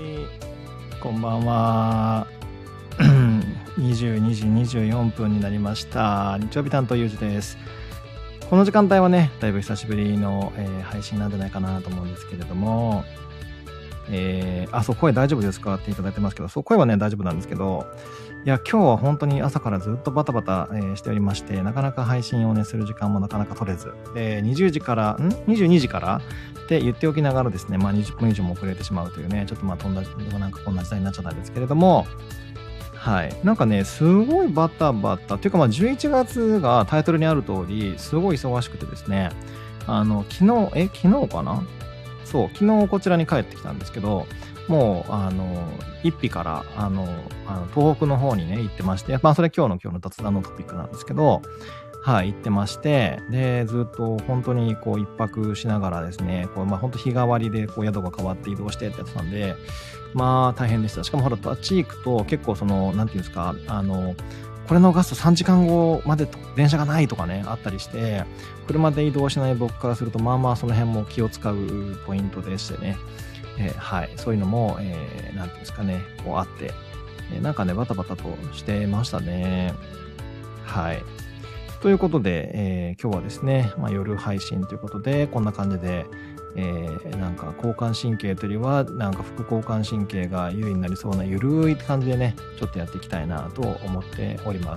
こんばんは。22時24分になりました。日曜日担当ゆうじです。この時間帯はね、だいぶ久しぶりの、配信なんじゃないかなと思うんですけれども、そう、声大丈夫ですかっていただいてますけど、そう、声はね、大丈夫なんですけど、いや、今日は本当に朝からずっとバタバタ、しておりまして、なかなか配信をね、する時間もなかなか取れず、22時からって言っておきながらですね、20分以上も遅れてしまうというね、ちょっとこんな時代になっちゃったんですけれども、はい。なんかね、すごいバタバタ、というか11月がタイトルにある通り、すごい忙しくてですね、昨日かなそう、昨日こちらに帰ってきたんですけど、もう、一日から、東北の方にね、行ってまして、それ今日の雑談のトピックなんですけど、はい、行ってまして、で、ずっと本当にこう一泊しながらですね、本当日替わりでこう宿が変わって移動してってやってたんで、大変でした。しかもほら、あっち行くと結構なんていうんですか、これ逃すと3時間後まで電車がないとかね、あったりして、車で移動しない僕からすると、その辺も気を使うポイントでしてね、はい、そういうのも、なんていうんですかね、こうあって、なんかね、バタバタとしてましたね。はい。ということで、今日はですね、夜配信ということで、こんな感じで、なんか交感神経というよりは、なんか副交感神経が優位になりそうなゆるい感じでね、ちょっとやっていきたいなと思っております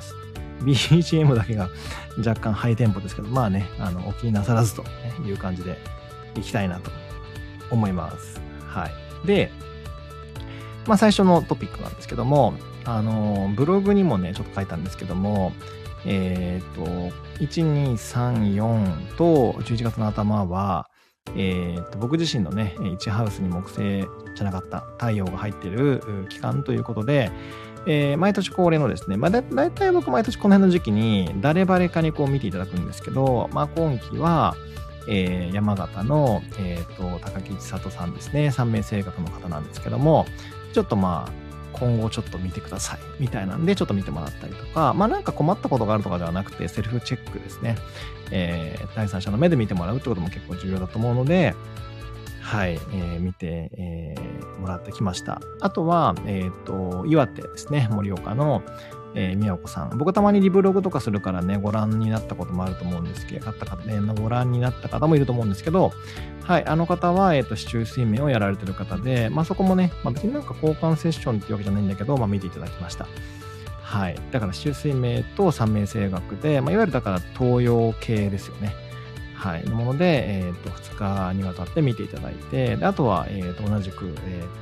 。BGM だけが若干ハイテンポですけど、お気になさらずという感じでいきたいなと思います。はい。で、最初のトピックなんですけども、ブログにもね、ちょっと書いたんですけども、1、2、3、4と11月の頭は、僕自身のね、1ハウスに木星じゃなかった太陽が入っている期間ということで、毎年恒例のですね、だいたい僕毎年この辺の時期に誰バレかにこう見ていただくんですけど、今期は、山形の、高木千里さんですね、三名声楽の方なんですけども、ちょっと今後ちょっと見てくださいみたいなんでちょっと見てもらったりとか、なんか困ったことがあるとかではなくてセルフチェックですね、第三者の目で見てもらうってことも結構重要だと思うので、はい、見て、もらってきました。あとは、岩手ですね、盛岡の、宮子さん。僕たまにリブログとかするからね、ご覧になったこともあると思うんですけど、ご覧になった方もいると思うんですけど、はい、あの方は、市中水面をやられてる方で、そこもね、別になんか交換セッションっていうわけじゃないんだけど、見ていただきました。はい。だから、市中水明と三名声楽で、いわゆるだから東洋系ですよね。はい。のもので、2日にわたって見ていただいて、であとは、同じく、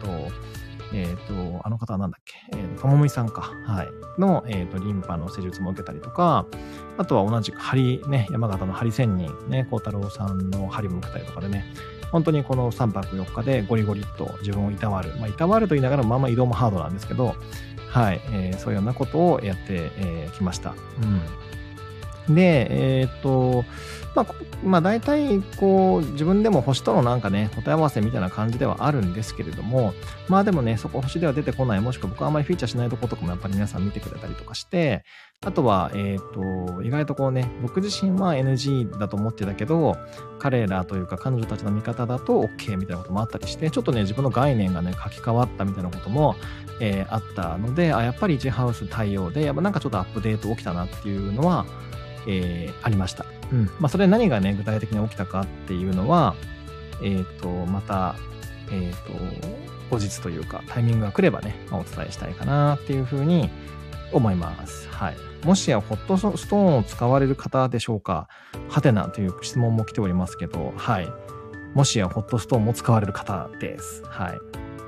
あの方はなんだっけ、ともみさんか。はい。の、リンパの施術も受けたりとか、あとは同じく山形の針仙人、幸太郎さんの針も受けたりとかでね、本当にこの3泊4日でゴリゴリっと自分をいたわる。いたわると言いながら、移動もハードなんですけど、はい。そういうようなことをやってきました。うん。で、大体、自分でも星とのなんかね、答え合わせみたいな感じではあるんですけれども、でもね、そこ星では出てこない、もしくは僕はあまりフィーチャーしないところとかもやっぱり皆さん見てくれたりとかして、あとは、意外と僕自身は NG だと思ってたけど、彼らというか彼女たちの見方だと OK みたいなこともあったりして、ちょっとね、自分の概念がね、書き換わったみたいなことも、あったので、やっぱり1ハウス対応で、なんかちょっとアップデート起きたなっていうのは、ありました。それ何がね、具体的に起きたかっていうのは、また、後日というか、タイミングが来ればね、お伝えしたいかなっていうふうに思います。はい。もしやホットストーンを使われる方でしょうか？はてなという質問も来ておりますけど、はい。もしやホットストーンも使われる方です。はい。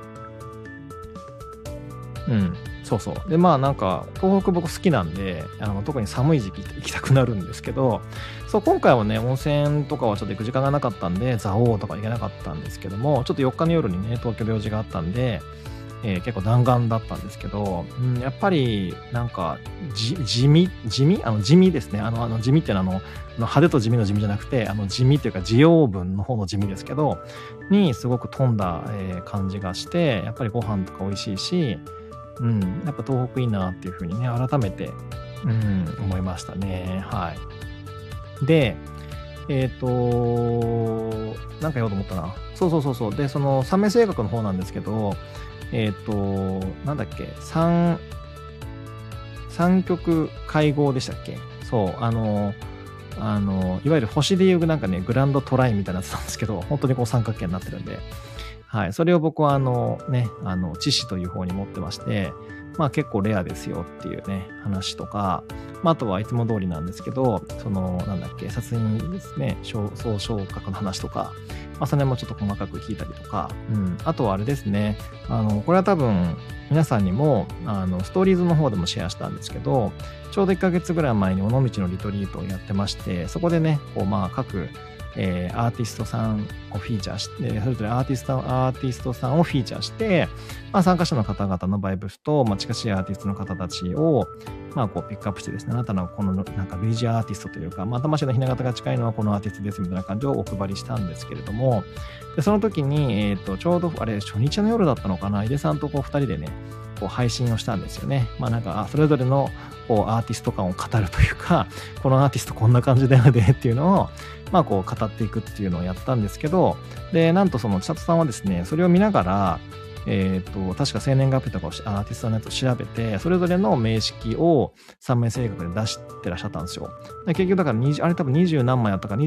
そうそう。で、なんか、東北僕好きなんで、特に寒い時期って行きたくなるんですけど、そう、今回はね、温泉とかはちょっと行く時間がなかったんで、蔵王とか行けなかったんですけども、ちょっと4日の夜にね、東京で用事があったんで、結構弾丸だったんですけど、やっぱり、なんか、地味ですね。地味っていうのは派手と地味の地味じゃなくて、地味っていうか、地養分の方の地味ですけど、にすごく飛んだ、感じがして、やっぱりご飯とか美味しいし、やっぱ東北いいなっていう風にね、改めて、思いましたね。はい。で、なんか言おうと思ったな。そう。で、その三名声楽の方なんですけど、 なんだっけ、三曲会合でしたっけ。そう、いわゆる星でいうなんかね、グランドトライみたいなやつなんですけど、本当にこう三角形になってるんで、はい、それを僕は知識という方に持ってまして、まあ結構レアですよっていうね、話とか、まああとはいつも通りなんですけど、なんだっけ、殺人ですね、総昇格の話とか、まあそれもちょっと細かく聞いたりとか、あとはあれですね、これは多分皆さんにも、ストーリーズの方でもシェアしたんですけど、ちょうど1ヶ月ぐらい前に尾道のリトリートをやってまして、そこでね、こうまあ各アーティストさんをフィーチャーして、それぞれアーティストさんをフィーチャーして、まあ、参加者の方々のバイブスと、まあ、近しいアーティストの方たちを、まあ、こうピックアップしてですね、あなたのこのなんか類似アーティストというか、まあ、魂のひな形が近いのはこのアーティストですみたいな感じをお配りしたんですけれども、でその時に、ちょうどあれ初日の夜だったのかな、井出さんとこう2人でね、こう配信をしたんですよね。まあなんかそれぞれのこうアーティスト感を語るというか、このアーティストこんな感じだよねっていうのをまあこう語っていくっていうのをやったんですけど、でなんとその千里さんはですね、それを見ながら確か生年月日とかをアーティストのやつを調べて、それぞれの名式を三名正確で出してらっしゃったんですよ。で結局だからあれ多分20何枚あったか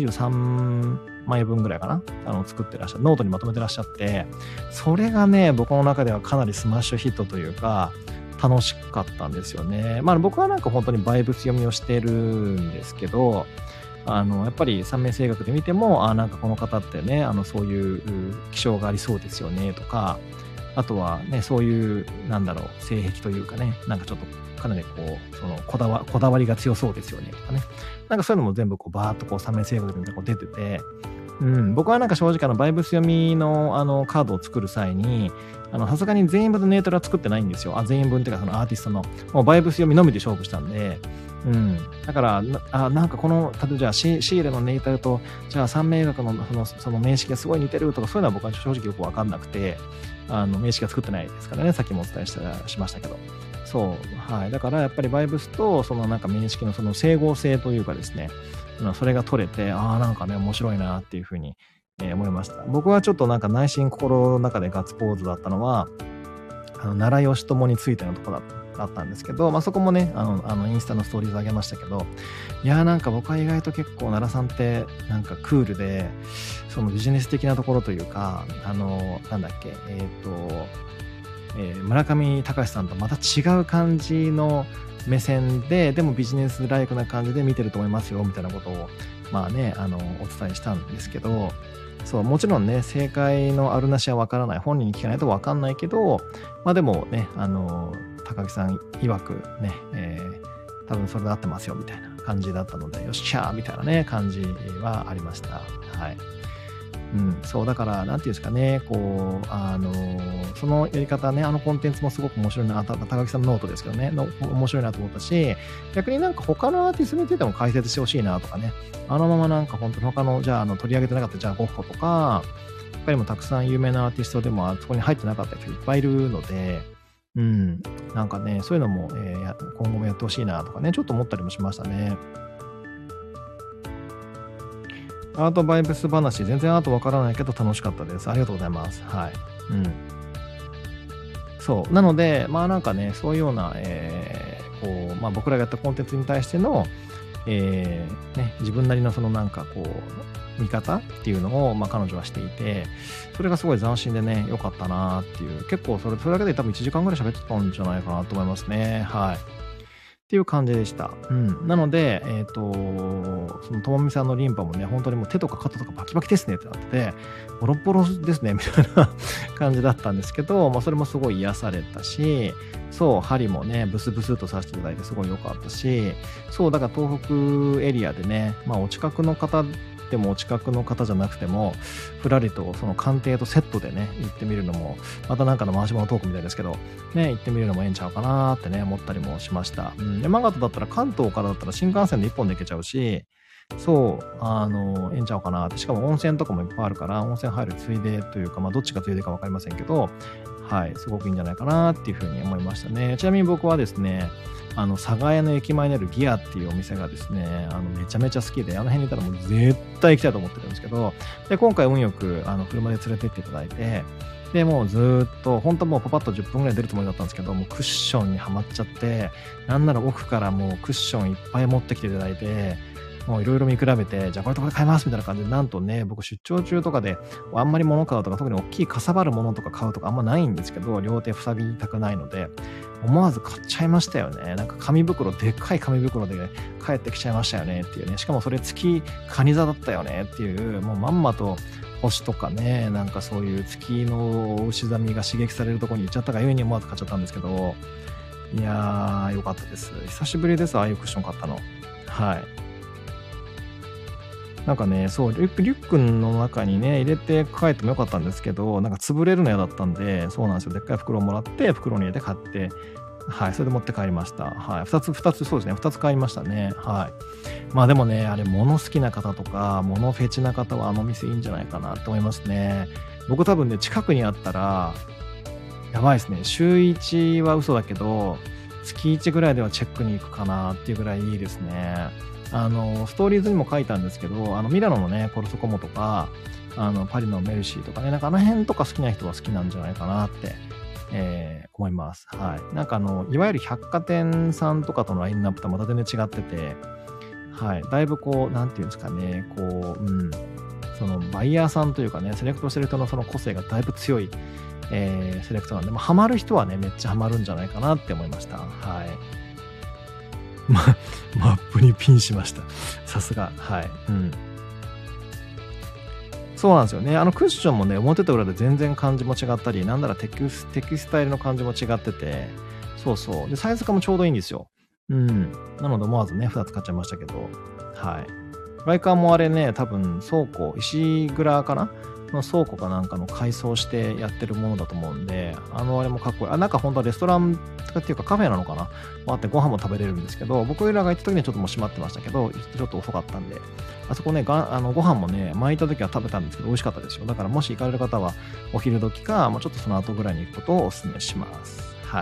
23枚分ぐらいかな、作ってらっしゃる、ノートにまとめてらっしゃって、それがね、僕の中ではかなりスマッシュヒットというか、楽しかったんですよね。まあ僕はなんか本当にバイブス読みをしてるんですけど、やっぱり三名正学で見ても、なんかこの方ってね、そういう気性がありそうですよねとか、あとはね、そういう、性癖というかね、なんかちょっとかなりこう、こだわりが強そうですよねとかね。なんかそういうのも全部こうバーっとこう三名正学でこう出てて、僕はなんか正直バイブス読みのカードを作る際に、さすがに全員分のネートルは作ってないんですよ。全員分っていうかそのアーティストの、もうバイブス読みのみで勝負したんで、だからなんかこの例えばじゃあシーレのネイタルとじゃあ三名学のその名式がすごい似てるとか、そういうのは僕は正直よく分かんなくて、名式が作ってないですからね、さっきもお伝えしましたけど、そう、はい、だからやっぱりバイブスとそのなんか名式のその整合性というかですね、それが取れて、なんかね面白いなっていうふうに思いました。僕はちょっとなんか内心心の中でガッツポーズだったのは、奈良義朝についてのとこだったんですけど、まあそこもね、インスタのストーリーズ上げましたけど、いやーなんか僕は意外と結構奈良さんってなんかクールで、そのビジネス的なところというか、なんだっけ、村上隆さんとまた違う感じの目線で、でもビジネスライクな感じで見てると思いますよみたいなことをまあね、お伝えしたんですけど、そう、もちろんね、正解のあるなしはわからない。本人に聞かないとわかんないけど、まあでもね、高木さん曰くね、多分それで合ってますよみたいな感じだったので、よっしゃーみたいなね、感じはありました。はい。そう、だから、なんていうんですかね、こう、そのやり方ね、コンテンツもすごく面白いな、高木さんのノートですけどね、面白いなと思ったし、逆になんか他のアーティストについても解説してほしいなとかね、ままなんか本当に他の、じゃあ、取り上げてなかった、じゃあ、ゴッホとか、他にもたくさん有名なアーティストでも、そこに入ってなかった人いっぱいいるので、なんかね、そういうのも、今後もやってほしいなとかね、ちょっと思ったりもしましたね。アートバイブス話、全然アートわからないけど楽しかったです。ありがとうございます。はい。そう。なので、まあなんかね、そういうような、こう、まあ僕らがやったコンテンツに対しての、自分なりのそのなんかこう、見方っていうのを、まあ彼女はしていて、それがすごい斬新でね、良かったなっていう、結構それだけで多分1時間ぐらい喋ってたんじゃないかなと思いますね。はい。っていう感じでした。なので、そのともみさんのリンパもね、本当にもう手とか肩とかバキバキですねってなってて、ボロボロですねみたいな感じだったんですけど、まあそれもすごい癒されたし、そう、針もね、ブスブスと刺していただいてすごい良かったし、そう、だから東北エリアでね、まあお近くの方でもお近くの方じゃなくても、ふらりとその鑑定とセットでね、行ってみるのも、またなんかの回し物トークみたいですけど、ね、行ってみるのもええんちゃうかなってね、思ったりもしました。山形だったら関東からだったら新幹線で1本で行けちゃうし、そう、ええんちゃうかなって、しかも温泉とかもいっぱいあるから、温泉入るついでというか、まあどっちがついでかわかりませんけど、はい、すごくいいんじゃないかなっていうふうに思いましたね。ちなみに僕はですね、佐賀屋の駅前にあるギアっていうお店がですね、めちゃめちゃ好きで、辺にいたらもう絶対行きたいと思ってるんですけど、で、今回運よく、車で連れてっていただいて、 で、もうずーっと、本当はもうパパッと10分ぐらい出るつもりだったんですけど、もうクッションにはまっちゃって、なんなら奥からもうクッションいっぱい持ってきていただいて、もういろいろ見比べて、じゃあこれとこれ買いますみたいな感じで、なんとね、僕出張中とかで、あんまり物買うとか、特に大きいかさばるものとか買うとかあんまないんですけど、両手塞ぎたくないので、思わず買っちゃいましたよね。なんか紙袋、でっかい紙袋で帰ってきちゃいましたよねっていうね。しかもそれ月カニ座だったよねっていう、もうまんまと星とかね、なんかそういう月の牛座みが刺激されるところに行っちゃったがゆえに思わず買っちゃったんですけど、いやー、よかったです。久しぶりです、ああいうクッション買ったの。はい。なんかね、そう、リュックの中にね、入れて帰ってもよかったんですけど、なんか潰れるの嫌だったんで、そうなんですよ。でっかい袋をもらって、袋に入れて買って、はい、それで持って帰りました。はい、2つ、そうですね、2つ買いましたね。はい。まあでもね、あれ、物好きな方とか、物フェチな方はあの店いいんじゃないかなと思いますね。僕多分ね、近くにあったら、やばいですね。週1は嘘だけど、月1ぐらいではチェックに行くかなっていうぐらいいいですね。ストーリーズにも書いたんですけど、ミラノのね、コルソコモとか、パリのメルシーとかね、なんかあの辺とか好きな人は好きなんじゃないかなって、思います。はい。なんかいわゆる百貨店さんとかとのラインナップとはまた全然違ってて、はい。だいぶこう、なんていうんですかね、こう、そのバイヤーさんというかね、セレクトしてる人のその個性がだいぶ強い、セレクトなんで、ハマる人はね、めっちゃハマるんじゃないかなって思いました。はい。マップにピンしました。さすが。はい。そうなんですよね。クッションもね、表と裏で全然感じも違ったり、なんならテキスタイルの感じも違ってて、そうそう。で、サイズ感もちょうどいいんですよ。なので思わずね、2つ買っちゃいましたけど、はい。ライカーもあれね、多分倉庫、石蔵かなの倉庫かなんかの改装してやってるものだと思うんで、あれもかっこいい。なんか本当はレストランっていうかカフェなのかなあってご飯も食べれるんですけど、僕らが行った時にはちょっともう閉まってましたけど、ちょっと遅かったんで、あそこね、ご飯もね、前行った時は食べたんですけど、美味しかったですよ。だからもし行かれる方は、お昼時か、もうちょっとその後ぐらいに行くことをお勧めします。はい。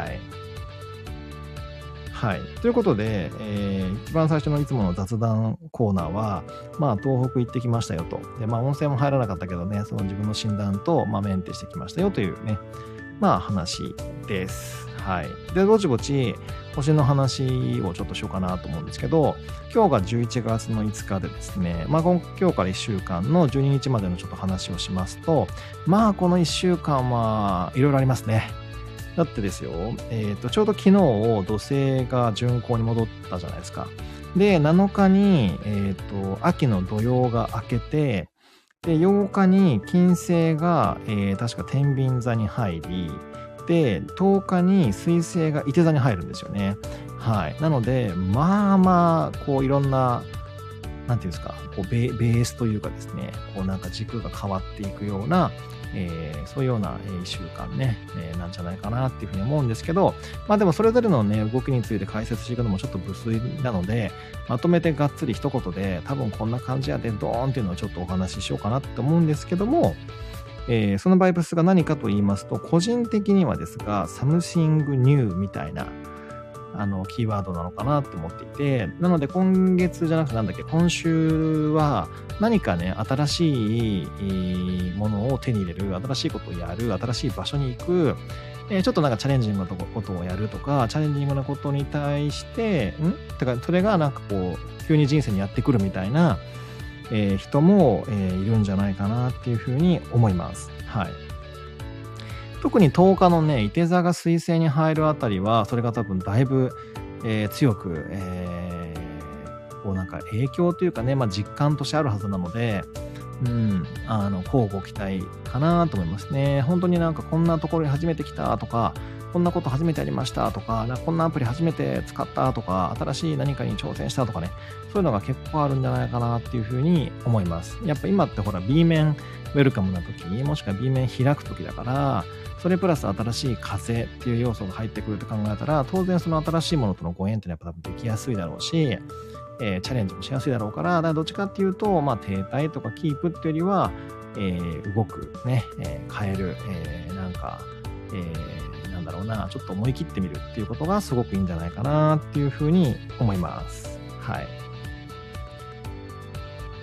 はい。ということで、一番最初のいつもの雑談コーナーは、東北行ってきましたよと。で、温泉も入らなかったけどね、その自分の診断と、メンテしてきましたよというね、話です。はい。で、ぼちぼち、星の話をちょっとしようかなと思うんですけど、今日が11月の5日でですね、今日から1週間の12日までのちょっと話をしますと、この1週間はいろいろありますね。だってですよ、ちょうど昨日土星が巡行に戻ったじゃないですか。で、7日に、秋の土曜が明けて、で、8日に金星が、確か天秤座に入り、で、10日に水星が射手座に入るんですよね。はい。なので、こういろんな、なんていうんですか、こうベースというかですね、こうなんか軸が変わっていくような、そういうような1週間ね、なんじゃないかなっていうふうに思うんですけど、でもそれぞれのね、動きについて解説していくのもちょっと無粋なので、まとめてがっつり一言で、多分こんな感じやで、ドーンっていうのをちょっとお話ししようかなって思うんですけども、そのバイブスが何かと言いますと、個人的にはですが、something new みたいな、キーワードなのかなって思っていて、なので今月じゃなくて今週は何かね、新しいものを手に入れる、新しいことをやる、新しい場所に行く、ちょっとなんかチャレンジングなことをやるとか、チャレンジングなことに対して、それがなんかこう、急に人生にやってくるみたいな、人も、いるんじゃないかなっていうふうに思います。はい。特に10日のね、射手座が水星に入るあたりは、それが多分だいぶ、強く、こうなんか影響というかね、実感としてあるはずなので、乞うご期待かなと思いますね。本当になんかこんなところに初めて来たとか、こんなこと初めてやりましたとか、こんなアプリ初めて使ったとか、新しい何かに挑戦したとかね、そういうのが結構あるんじゃないかなっていうふうに思います。やっぱ今ってほら B 面ウェルカムな時、もしくは B 面開く時だから、それプラス新しい風っていう要素が入ってくると考えたら、当然その新しいものとのご縁ってやっぱ多分できやすいだろうし、チャレンジもしやすいだろうから、だからどっちかっていうと、停滞とかキープっていうよりは、動く、ね、変える、なんだろうな、ちょっと思い切ってみるっていうことがすごくいいんじゃないかなっていうふうに思います。はい。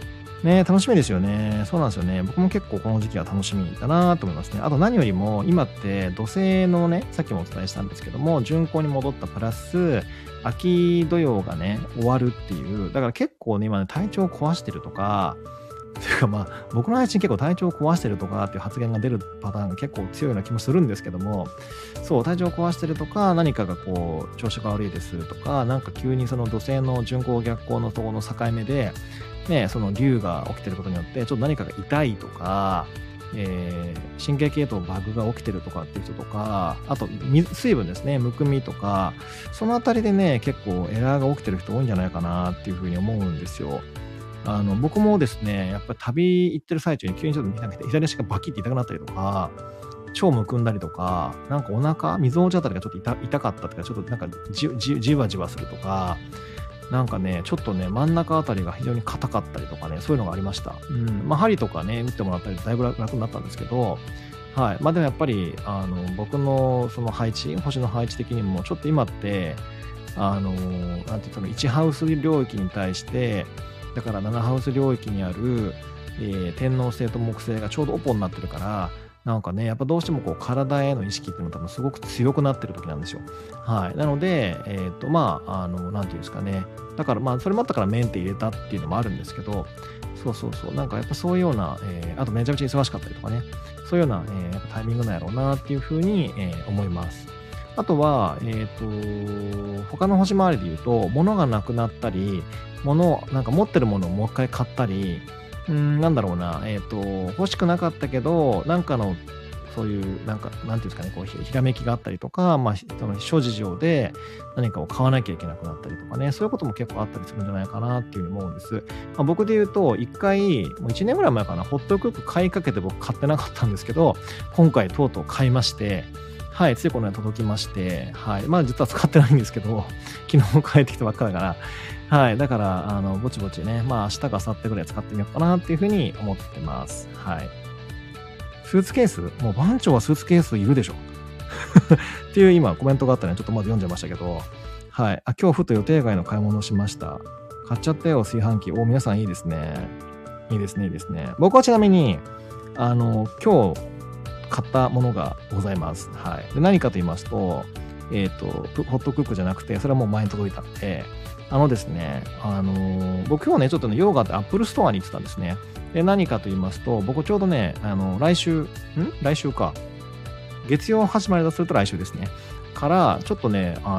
ね、楽しみですよね。そうなんですよね。僕も結構この時期は楽しみだなと思いますね。あと何よりも今って土星のね、さっきもお伝えしたんですけども、巡行に戻ったプラス、秋土曜がね、終わるっていう、だから結構ね、今ね、体調を壊してるとか、ていうかまあ、僕の配信結構体調を壊してるとかっていう発言が出るパターンが結構強いような気もするんですけども、そう、体調を壊してるとか、何かがこう、調子が悪いですとか、なんか急にその土星の巡行逆行のところの境目で、ね、その竜が起きてることによって、ちょっと何かが痛いとか、神経系統バグが起きてるとかっていう人とか、あと水分ですね、むくみとか、そのあたりでね、結構エラーが起きてる人多いんじゃないかなっていうふうに思うんですよ。僕もですね、やっぱり旅行ってる最中に急にちょっと左足がバキって痛くなったりとか、腸むくんだりとか、なんかお腹、みぞおちあたりがちょっと痛かったとか、ちょっとなんかじわじわするとか、なんかね、ちょっとね、真ん中あたりが非常に硬かったりとかね、そういうのがありました。うん。まあ、針とかね、打ってもらったりだいぶ楽になったんですけど、はい。まあでもやっぱり、僕のその配置、星の配置的にも、ちょっと今って、なんて言ったの、1ハウス領域に対して、だから7ハウス領域にある、天王星と木星がちょうどオポになってるから、なんかね、やっぱどうしてもこう体への意識っていうのが多分すごく強くなってる時なんですよ。はい。なので、まあ、なんていうんですかね。だからまあ、それもあったからメンテ入れたっていうのもあるんですけど、そうそうそう。なんかやっぱそういうような、あとめちゃめちゃ忙しかったりとかね。そういうような、やっぱタイミングなんやろうなっていうふうに、思います。あとは、他の星回りで言うと、物がなくなったり、なんか持ってるものをもう一回買ったり、なんだろうな、欲しくなかったけど、なんかの、そういう、なんか、なんていうんですかね、こう、ひらめきがあったりとか、まあ、その諸事情で何かを買わなきゃいけなくなったりとかね、そういうことも結構あったりするんじゃないかなっていうふうに思うんです。まあ、僕で言うと、一回、もう1年ぐらい前かな、ホットクック買いかけて僕買ってなかったんですけど、今回とうとう買いまして、はい、ついこの間届きまして、はい、まあ実は使ってないんですけど、昨日帰ってきたばっかだから、はい。だから、ぼちぼちね、まあ、明日か明後日ぐらい使ってみようかなっていうふうに思ってます。はい。スーツケースもう番長はスーツケースいるでしょっていう今コメントがあったので、ちょっとまず読んじゃいましたけど、はい。今日ふと予定外の買い物をしました。買っちゃったよ、炊飯器。皆さんいいですね。いいですね、いいですね。僕はちなみに、今日買ったものがございます。はい。で、何かと言いますと、ホットクックじゃなくて、それはもう前に届いたんで、ですね、僕今日ね、ちょっとね、用があってアップルストアに行ってたんですね。で、何かと言いますと、僕ちょうどね、来週か。月曜始まりだとすると来週ですね。から、ちょっとね、こ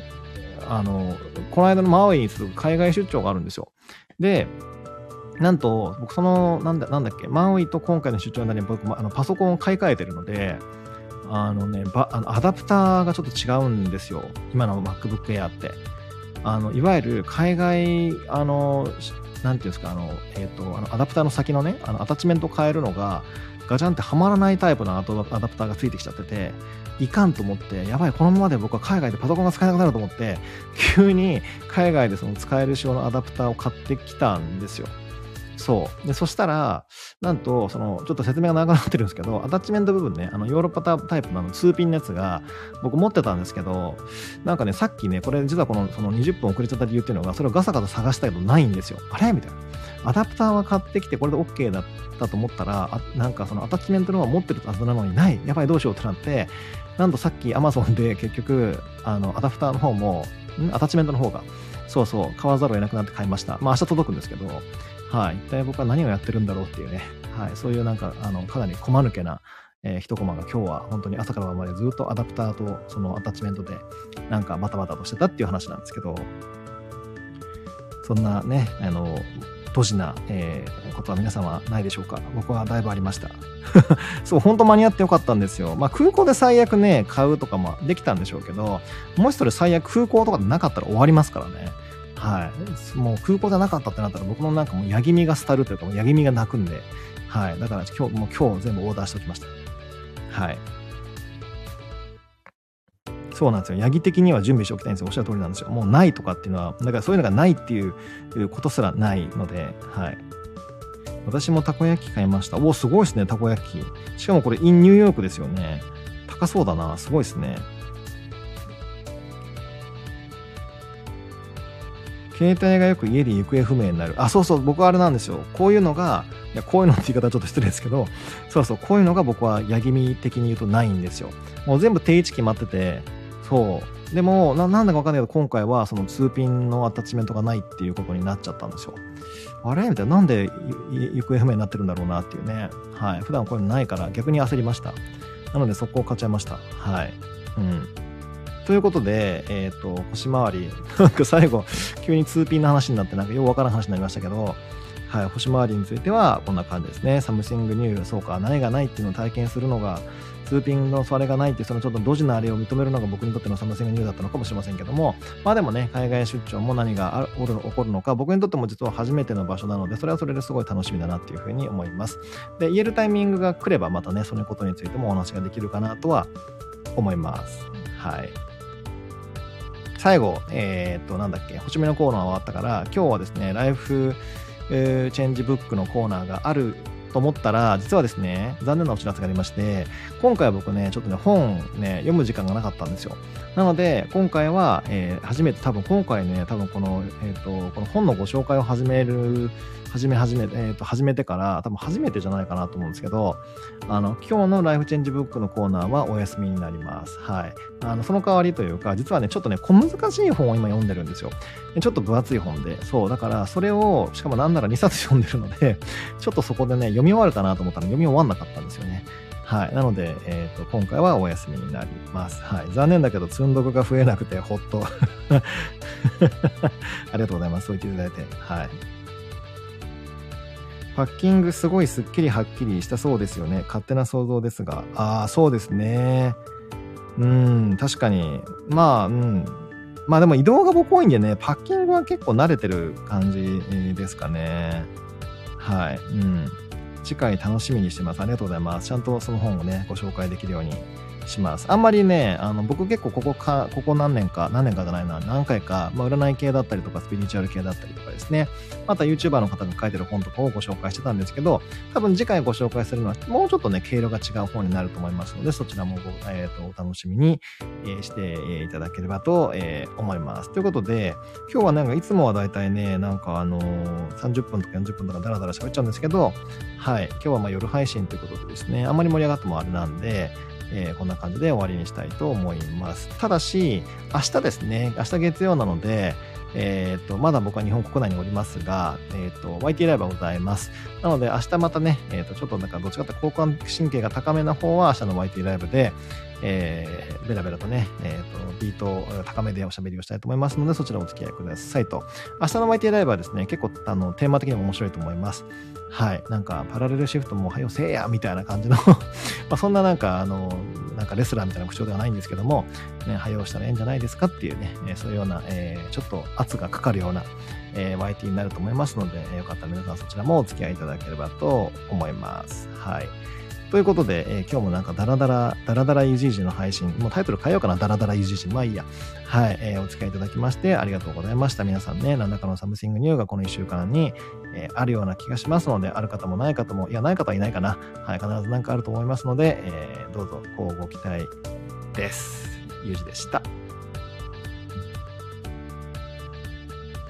の間のマウイにする海外出張があるんですよ。で、なんと、僕なんだっけ、マウイと今回の出張なりに僕、パソコンを買い替えてるので、アダプターがちょっと違うんですよ。今の MacBook Air って。いわゆる海外、なんていうんですか、アダプターの先のね、アタッチメントを変えるのが、ガチャンってはまらないタイプのアダプターがついてきちゃってて、いかんと思って、やばい、このままで僕は海外でパソコンが使えなくなると思って、急に海外でその使える仕様のアダプターを買ってきたんですよ。そう。で、そしたら、なんと、ちょっと説明が長くなってるんですけど、アタッチメント部分ね、ヨーロッパタイプの2ピンのやつが、僕持ってたんですけど、なんかね、さっきね、これ実はその20分遅れちゃった理由っていうのが、それをガサガサ探したけどないんですよ。あれみたいな。アダプターは買ってきて、これで OK だったと思ったら、なんかそのアタッチメントの方は持ってるはずなのにない。やばい、どうしようってなって、なんとさっき Amazon で結局、アダプターの方も、アタッチメントの方が、そうそう、買わざるを得なくなって買いました。まあ明日届くんですけど、はい。一体僕は何をやってるんだろうっていうね。はい。そういうなんか、かなり細抜けな、一コマが今日は本当に朝から晩までずっとアダプターとそのアタッチメントでなんかバタバタとしてたっていう話なんですけど、そんなね、ドジな、ことは皆さんはないでしょうか。僕はだいぶありました。そう、本当間に合ってよかったんですよ。まあ空港で最悪ね、買うとかもできたんでしょうけど、もしそれ最悪空港とかでなかったら終わりますからね。はい。もう空港じゃなかったってなったら僕のなんかもうヤギ身が廃るというかもうヤギ身が鳴くんで、はい。だから今日全部オーダーしておきました。はい。そうなんですよ。ヤギ的には準備しておきたいんですよ。おっしゃる通りなんですよ。もうないとかっていうのは、だからそういうのがないっていうことすらないので、はい。私もたこ焼き買いました。すごいですね、たこ焼き。しかもこれ、ニューヨークですよね。高そうだな。すごいですね。 携帯がよく家で行方不明になる。あ、そうそう、僕はあれなんですよ。こういうのが、いや、こういうのって言い方はちょっと失礼ですけど、そうそう、こういうのが僕は矢気味的に言うとないんですよ。もう全部定位置決まってて、そう。でも、なんだかわかんないけど、今回はその2ピンのアタッチメントがないっていうことになっちゃったんですよ。あれみたいな、なんで行方不明になってるんだろうなっていうね。はい。普段こういうのないから逆に焦りました。なので速攻買っちゃいました。はい。うん。ということで、星回り、なんか最後、急に2ピンの話になって、なんかよくわからん話になりましたけど、はい、星回りについてはこんな感じですね。サムシングニュー、そうか、何がないっていうのを体験するのが、2ピンのそれがないっていう、そのちょっとドジなあれを認めるのが僕にとってのサムシングニューだったのかもしれませんけども、まあでもね、海外出張も何が起こるのか、僕にとっても実は初めての場所なので、それはそれですごい楽しみだなっていうふうに思います。で、言えるタイミングが来れば、またね、そのことについてもお話ができるかなとは思います。はい。最後、なんだっけ、星目のコーナーは終わったから、今日はですね、ライフチェンジブックのコーナーがあると思ったら、実はですね、残念なお知らせがありまして、今回は僕ね、ちょっとね、本ね、読む時間がなかったんですよ。なので、今回は、初めて、多分今回ね、多分この本のご紹介を始めてから、多分初めてじゃないかなと思うんですけど、今日のライフチェンジブックのコーナーはお休みになります。はい。その代わりというか、実はね、ちょっとね、小難しい本を今読んでるんですよ。ちょっと分厚い本で、そう、だからそれを、しかもなんなら2冊読んでるので、ちょっとそこでね、読み終わるかなと思ったら読み終わんなかったんですよね。はい。なので、今回はお休みになります。はい。残念だけど、積んどくが増えなくて、ほっと。ありがとうございます。そう言っていただいて。はい。パッキングすごいすっきりはっきりしたそうですよね。勝手な想像ですが。ああ、そうですね。確かに。まあでも移動が僕多いんでね、パッキングは結構慣れてる感じですかね。はい。次回楽しみにしてます。ありがとうございます。ちゃんとその本をね、ご紹介できるようにします。あんまりね、僕結構ここ何年かじゃないな、何回か、占い系だったりとか、スピリチュアル系だったりとかですね、また YouTuber の方が書いてる本とかをご紹介してたんですけど、多分次回ご紹介するのは、もうちょっとね、経路が違う本になると思いますので、そちらもお楽しみにしていただければと思います。ということで、今日はなんかいつもはだいたいね、なんか30分とか40分とかダラダラ喋っちゃうんですけど、はい、今日は夜配信ということでですね、あんまり盛り上がってもあれなんで、こんな感じで終わりにしたいと思います。ただし、明日ですね、明日月曜なので、まだ僕は日本国内におりますが、YT ライブはございます。なので、明日またね、ちょっとなんかどっちかって交感神経が高めな方は明日の YT ライブで、ベラベラとね、ビート高めでおしゃべりをしたいと思いますので、そちらお付き合いくださいと。明日の YT ライブはですね、結構テーマ的にも面白いと思います。はい。なんか、パラレルシフトもはよせえやみたいな感じのそんななんか、なんかレスラーみたいな口調ではないんですけども、ね、はよしたらええんじゃないですかっていうね、そういうような、ちょっと圧がかかるような、YT になると思いますので、よかったら皆さんそちらもお付き合いいただければと思います。はい。ということで、今日もなんかダラダラ UGG の配信、もうタイトル変えようかな、ダラダラ UGG。まあいいや。はい、お付き合いいただきましてありがとうございました。皆さんね、何らかのサムシングニューがこの1週間に、あるような気がしますので、ある方もない方も、いや、ない方はいないかな。はい、必ず何かあると思いますので、どうぞ、ご期待です。UGG でした。